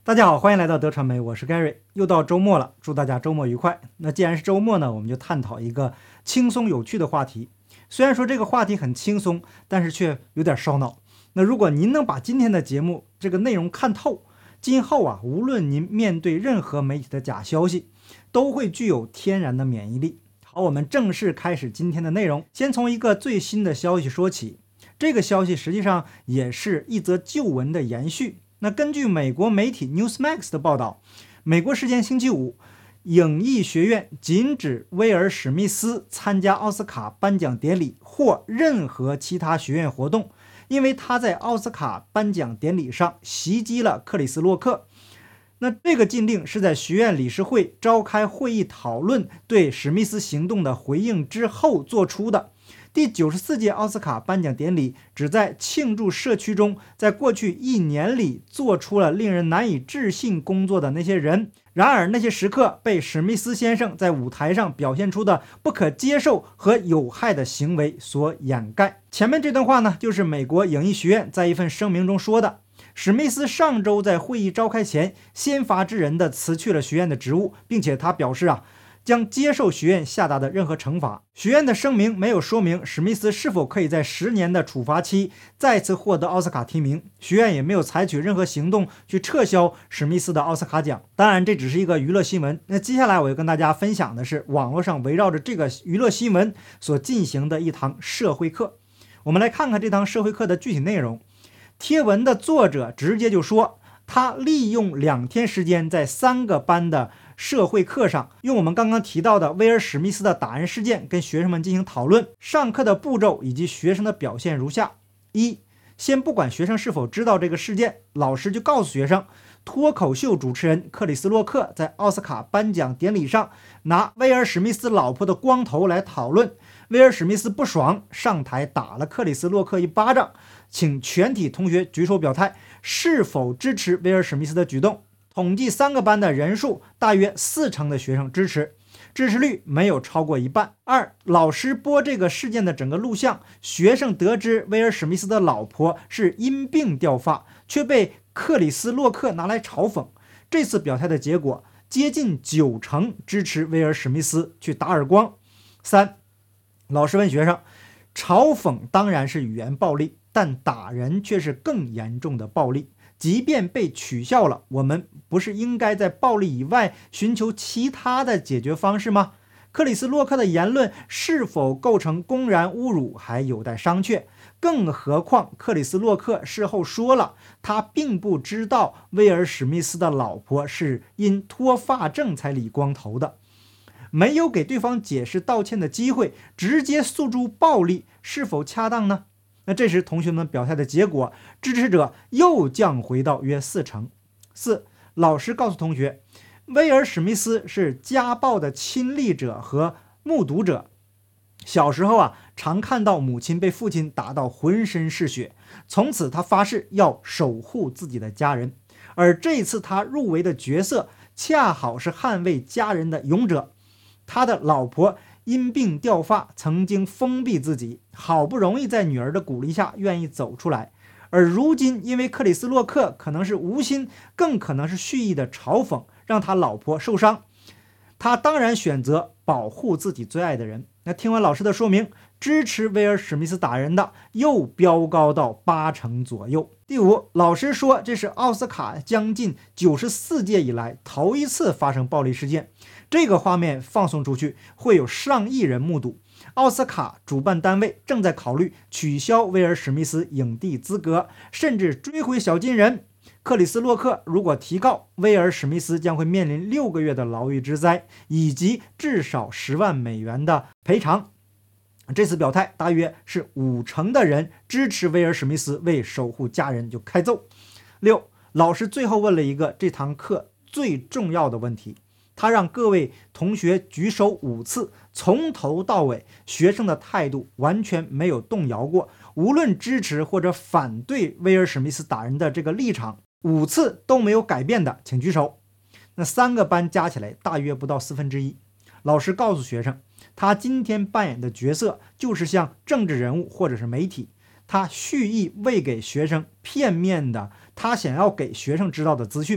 大家好，欢迎来到德传媒，我是 Gary， 又到周末了，祝大家周末愉快。那既然是周末呢，我们就探讨一个轻松有趣的话题。虽然说这个话题很轻松，但是却有点烧脑。那如果您能把今天的节目这个内容看透，今后无论您面对任何媒体的假消息，都会具有天然的免疫力。好，我们正式开始今天的内容。先从一个最新的消息说起，这个消息实际上也是一则旧闻的延续。那根据美国媒体 Newsmax 的报道，美国时间星期五，影艺学院禁止威尔·史密斯参加奥斯卡颁奖典礼或任何其他学院活动，因为他在奥斯卡颁奖典礼上袭击了克里斯·洛克。那这个禁令是在学院理事会召开会议讨论对史密斯行动的回应之后做出的。第94届奥斯卡颁奖典礼只在庆祝社区中，在过去一年里做出了令人难以置信工作的那些人。然而，那些时刻被史密斯先生在舞台上表现出的不可接受和有害的行为所掩盖。前面这段话呢，就是美国影艺学院在一份声明中说的。史密斯上周在会议召开前，先发制人地辞去了学院的职务，并且他表示将接受学院下达的任何惩罚。学院的声明没有说明史密斯是否可以在10年的处罚期再次获得奥斯卡提名，学院也没有采取任何行动去撤销史密斯的奥斯卡奖。当然，这只是一个娱乐新闻。那接下来我要跟大家分享的是网络上围绕着这个娱乐新闻所进行的一堂社会课。我们来看看这堂社会课的具体内容。贴文的作者直接就说，他利用2天时间在3个班的社会课上，用我们刚刚提到的威尔史密斯的打人事件跟学生们进行讨论。上课的步骤以及学生的表现如下：一，先不管学生是否知道这个事件，老师就告诉学生，脱口秀主持人克里斯洛克在奥斯卡颁奖典礼上拿威尔史密斯老婆的光头来讨论，威尔史密斯不爽，上台打了克里斯洛克一巴掌，请全体同学举手表态，是否支持威尔史密斯的举动。统计3个班的人数，大约40%的学生支持，支持率没有超过一半。2，老师播这个事件的整个录像，学生得知威尔史密斯的老婆是因病掉发，却被克里斯洛克拿来嘲讽。这次表态的结果，接近90%支持威尔史密斯去打耳光。3，老师问学生，嘲讽当然是语言暴力，但打人却是更严重的暴力。即便被取笑了，我们不是应该在暴力以外寻求其他的解决方式吗？克里斯洛克的言论是否构成公然侮辱还有待商榷，更何况克里斯洛克事后说了，他并不知道威尔史密斯的老婆是因脱发症才理光头的，没有给对方解释道歉的机会，直接诉诸暴力，是否恰当呢？那这时同学们表态的结果，支持者又降回到约40%。4，老师告诉同学，威尔史密斯是家暴的亲历者和目睹者，小时候常看到母亲被父亲打到浑身是血，从此他发誓要守护自己的家人，而这次他入围的角色恰好是捍卫家人的勇者。他的老婆因病掉发，曾经封闭自己，好不容易在女儿的鼓励下愿意走出来，而如今因为克里斯洛克可能是无心，更可能是蓄意的嘲讽，让他老婆受伤，他当然选择保护自己最爱的人。那听完老师的说明，支持威尔史密斯打人的又飙高到80%左右。第5，老师说这是奥斯卡将近94届以来头一次发生暴力事件，这个画面放送出去会有上亿人目睹。奥斯卡主办单位正在考虑取消威尔史密斯影帝资格，甚至追回小金人。克里斯洛克如果提告，威尔史密斯将会面临6个月的牢狱之灾，以及至少10万美元的赔偿。这次表态大约是50%的人支持威尔史密斯为守护家人就开揍。6，老师最后问了一个这堂课最重要的问题，他让各位同学举手5次，从头到尾学生的态度完全没有动摇过，无论支持或者反对威尔史密斯打人的这个立场，5次都没有改变的请举手。那3个班加起来大约不到1/4。老师告诉学生，他今天扮演的角色就是像政治人物或者是媒体，他蓄意喂给学生片面的他想要给学生知道的资讯。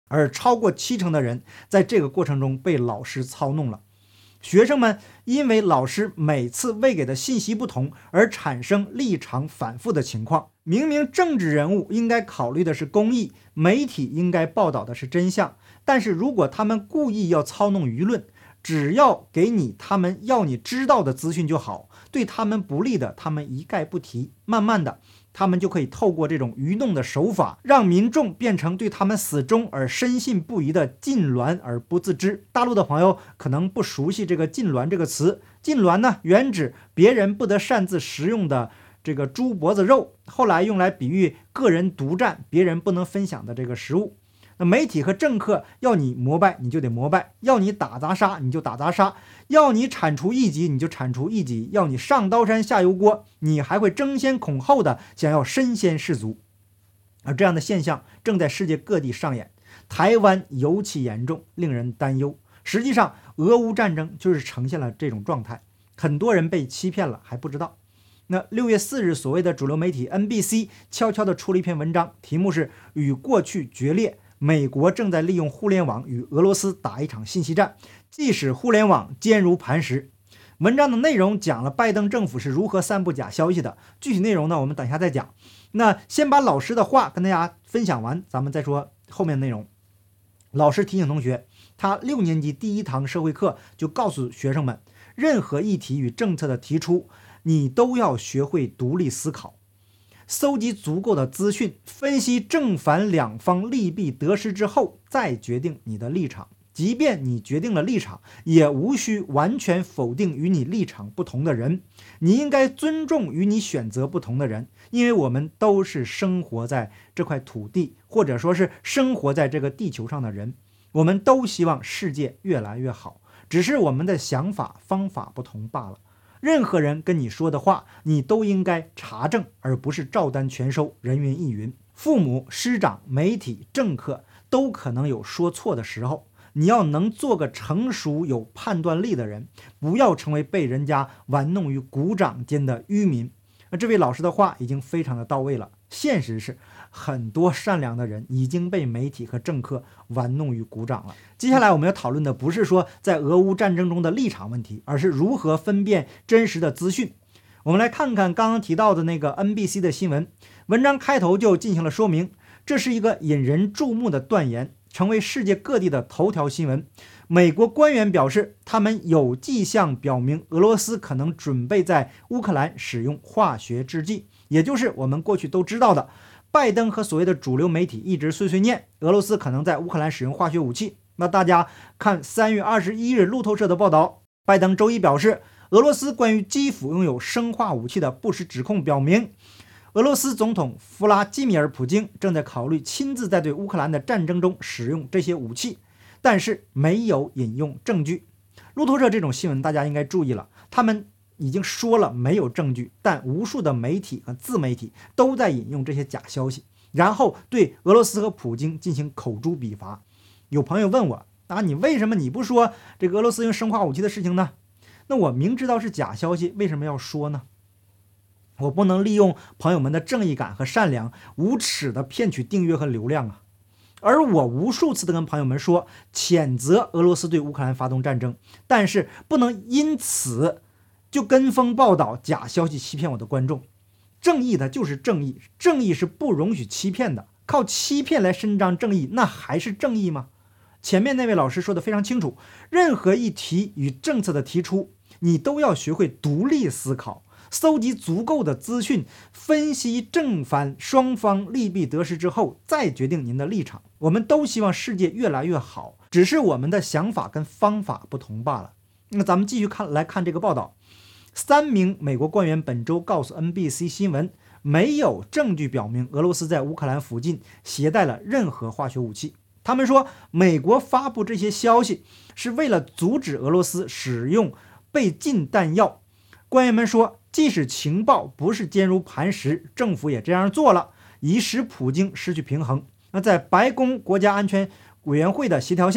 而超过70%的人在这个过程中被老师操弄了。学生们因为老师每次喂给的信息不同而产生立场反复的情况。明明政治人物应该考虑的是公益，媒体应该报道的是真相，但是如果他们故意要操弄舆论，只要给你他们要你知道的资讯就好，对他们不利的他们一概不提。慢慢的，他们就可以透过这种愚弄的手法，让民众变成对他们死忠而深信不疑的禁讹而不自知。大陆的朋友可能不熟悉这个禁讹这个词，禁讹呢原指别人不得擅自食用的这个猪脖子肉，后来用来比喻个人独占别人不能分享的这个食物。那媒体和政客要你膜拜你就得膜拜，要你打砸杀你就打砸杀，要你铲除异己你就铲除异己，要你上刀山下油锅，你还会争先恐后的想要身先士卒。而这样的现象正在世界各地上演，台湾尤其严重，令人担忧。实际上俄乌战争就是呈现了这种状态，很多人被欺骗了还不知道。那6月4日，所谓的主流媒体 NBC 悄悄地出了一篇文章，题目是与过去决裂，美国正在利用互联网与俄罗斯打一场信息战，即使互联网坚如磐石。文章的内容讲了拜登政府是如何散布假消息的，具体内容呢我们等一下再讲。那先把老师的话跟大家分享完，咱们再说后面的内容。老师提醒同学，他6年级第1堂社会课就告诉学生们，任何议题与政策的提出，你都要学会独立思考，搜集足够的资讯，分析正反两方利弊得失之后，再决定你的立场。即便你决定了立场，也无需完全否定与你立场不同的人，你应该尊重与你选择不同的人，因为我们都是生活在这块土地，或者说是生活在这个地球上的人，我们都希望世界越来越好，只是我们的想法方法不同罢了。任何人跟你说的话，你都应该查证，而不是照单全收，人云亦云。父母、师长、媒体、政客都可能有说错的时候，你要能做个成熟有判断力的人，不要成为被人家玩弄于股掌间的愚民。那这位老师的话已经非常的到位了，现实是很多善良的人已经被媒体和政客玩弄于股掌了。接下来我们要讨论的不是说在俄乌战争中的立场问题，而是如何分辨真实的资讯。我们来看看刚刚提到的那个 NBC 的新闻，文章开头就进行了说明，这是一个引人注目的断言，成为世界各地的头条新闻。美国官员表示，他们有迹象表明俄罗斯可能准备在乌克兰使用化学制剂，也就是我们过去都知道的，拜登和所谓的主流媒体一直碎碎念俄罗斯可能在乌克兰使用化学武器。那大家看3月21日路透社的报道，拜登周一表示，俄罗斯关于基辅拥有生化武器的不实指控表明，俄罗斯总统弗拉基米尔·普京正在考虑亲自在对乌克兰的战争中使用这些武器，但是没有引用证据。路透社这种新闻大家应该注意了，他们已经说了没有证据，但无数的媒体和自媒体都在引用这些假消息，然后对俄罗斯和普京进行口诛笔伐。有朋友问我，你为什么你不说这个俄罗斯用生化武器的事情呢？那我明知道是假消息，为什么要说呢？我不能利用朋友们的正义感和善良，无耻的骗取订阅和流量啊！而我无数次的跟朋友们说，谴责俄罗斯对乌克兰发动战争，但是不能因此就跟风报道假消息欺骗我的观众。正义的就是正义，正义是不容许欺骗的，靠欺骗来伸张正义，那还是正义吗？前面那位老师说的非常清楚，任何议题与政策的提出，你都要学会独立思考，搜集足够的资讯，分析正反双方利弊得失之后，再决定您的立场。我们都希望世界越来越好，只是我们的想法跟方法不同罢了。那咱们继续来看这个报道。3名美国官员本周告诉 NBC 新闻，没有证据表明俄罗斯在乌克兰附近携带了任何化学武器。他们说，美国发布这些消息是为了阻止俄罗斯使用被禁弹药。官员们说，即使情报不是坚如磐石，政府也这样做了，以使普京失去平衡。那在白宫国家安全委员会的协调下，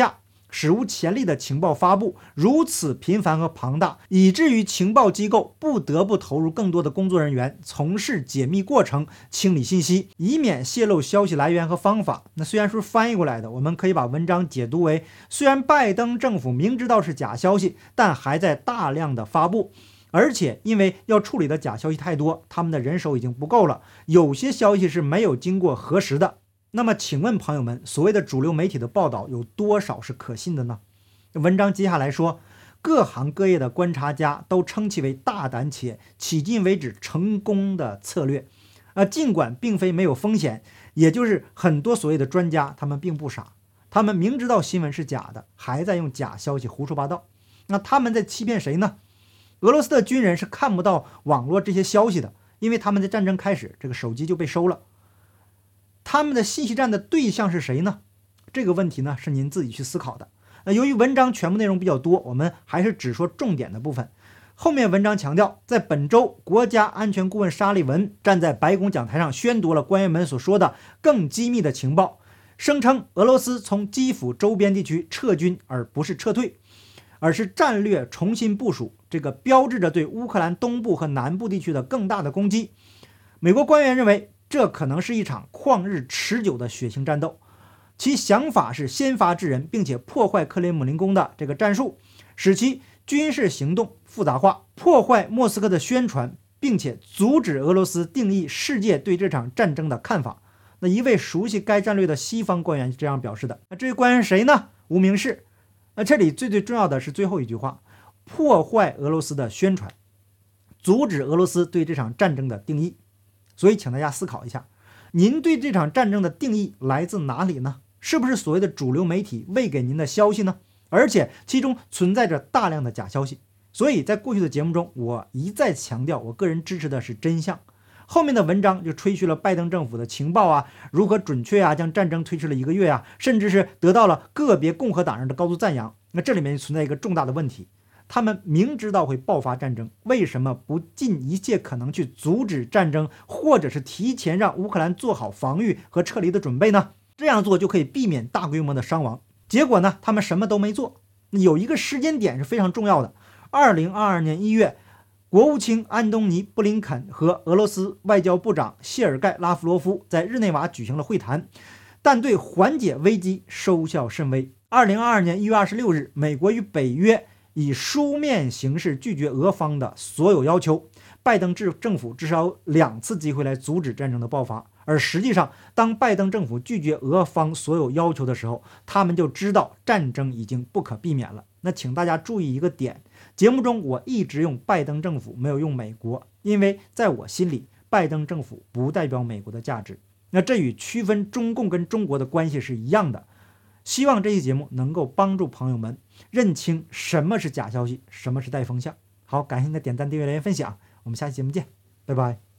史无前例的情报发布如此频繁和庞大，以至于情报机构不得不投入更多的工作人员从事解密过程、清理信息，以免泄露消息来源和方法。那虽然说翻译过来的，我们可以把文章解读为，虽然拜登政府明知道是假消息，但还在大量的发布，而且因为要处理的假消息太多，他们的人手已经不够了，有些消息是没有经过核实的。那么请问朋友们，所谓的主流媒体的报道有多少是可信的呢？文章接下来说，各行各业的观察家都称其为大胆且迄今为止成功的策略。尽管并非没有风险，也就是很多所谓的专家他们并不傻，他们明知道新闻是假的，还在用假消息胡说八道。那他们在欺骗谁呢？俄罗斯的军人是看不到网络这些消息的，因为他们在战争开始，这个手机就被收了。他们的信息战的对象是谁呢？这个问题呢是您自己去思考的。由于文章全部内容比较多，我们还是只说重点的部分。后面文章强调，在本周，国家安全顾问沙利文站在白宫讲台上宣读了官员们所说的更机密的情报，声称俄罗斯从基辅周边地区撤军，而不是撤退，而是战略重新部署，这个标志着对乌克兰东部和南部地区的更大的攻击。美国官员认为，这可能是一场旷日持久的血腥战斗，其想法是先发制人，并且破坏克里姆林宫的这个战术，使其军事行动复杂化，破坏莫斯科的宣传，并且阻止俄罗斯定义世界对这场战争的看法。那一位熟悉该战略的西方官员是这样表示的。这位官员是谁呢？无名氏。这里最重要的是最后一句话，破坏俄罗斯的宣传，阻止俄罗斯对这场战争的定义。所以请大家思考一下，您对这场战争的定义来自哪里呢？是不是所谓的主流媒体喂给您的消息呢？而且其中存在着大量的假消息。所以在过去的节目中，我一再强调，我个人支持的是真相。后面的文章就吹嘘了拜登政府的情报如何准确将战争推迟了1个月甚至是得到了个别共和党人的高度赞扬。那这里面存在一个重大的问题，他们明知道会爆发战争，为什么不尽一切可能去阻止战争，或者是提前让乌克兰做好防御和撤离的准备呢？这样做就可以避免大规模的伤亡。结果呢，他们什么都没做。有一个时间点是非常重要的，2022年1月，国务卿安东尼·布林肯和俄罗斯外交部长谢尔盖·拉夫罗夫在日内瓦举行了会谈，但对缓解危机收效甚微。2022年1月26日，美国与北约以书面形式拒绝俄方的所有要求，拜登政府至少2次机会来阻止战争的爆发。而实际上，当拜登政府拒绝俄方所有要求的时候，他们就知道战争已经不可避免了。那请大家注意一个点，节目中我一直用拜登政府，没有用美国，因为在我心里，拜登政府不代表美国的价值。那这与区分中共跟中国的关系是一样的。希望这期节目能够帮助朋友们认清什么是假消息，什么是带风向。好，感谢您的点赞、订阅、留言、分享，我们下期节目见，拜拜。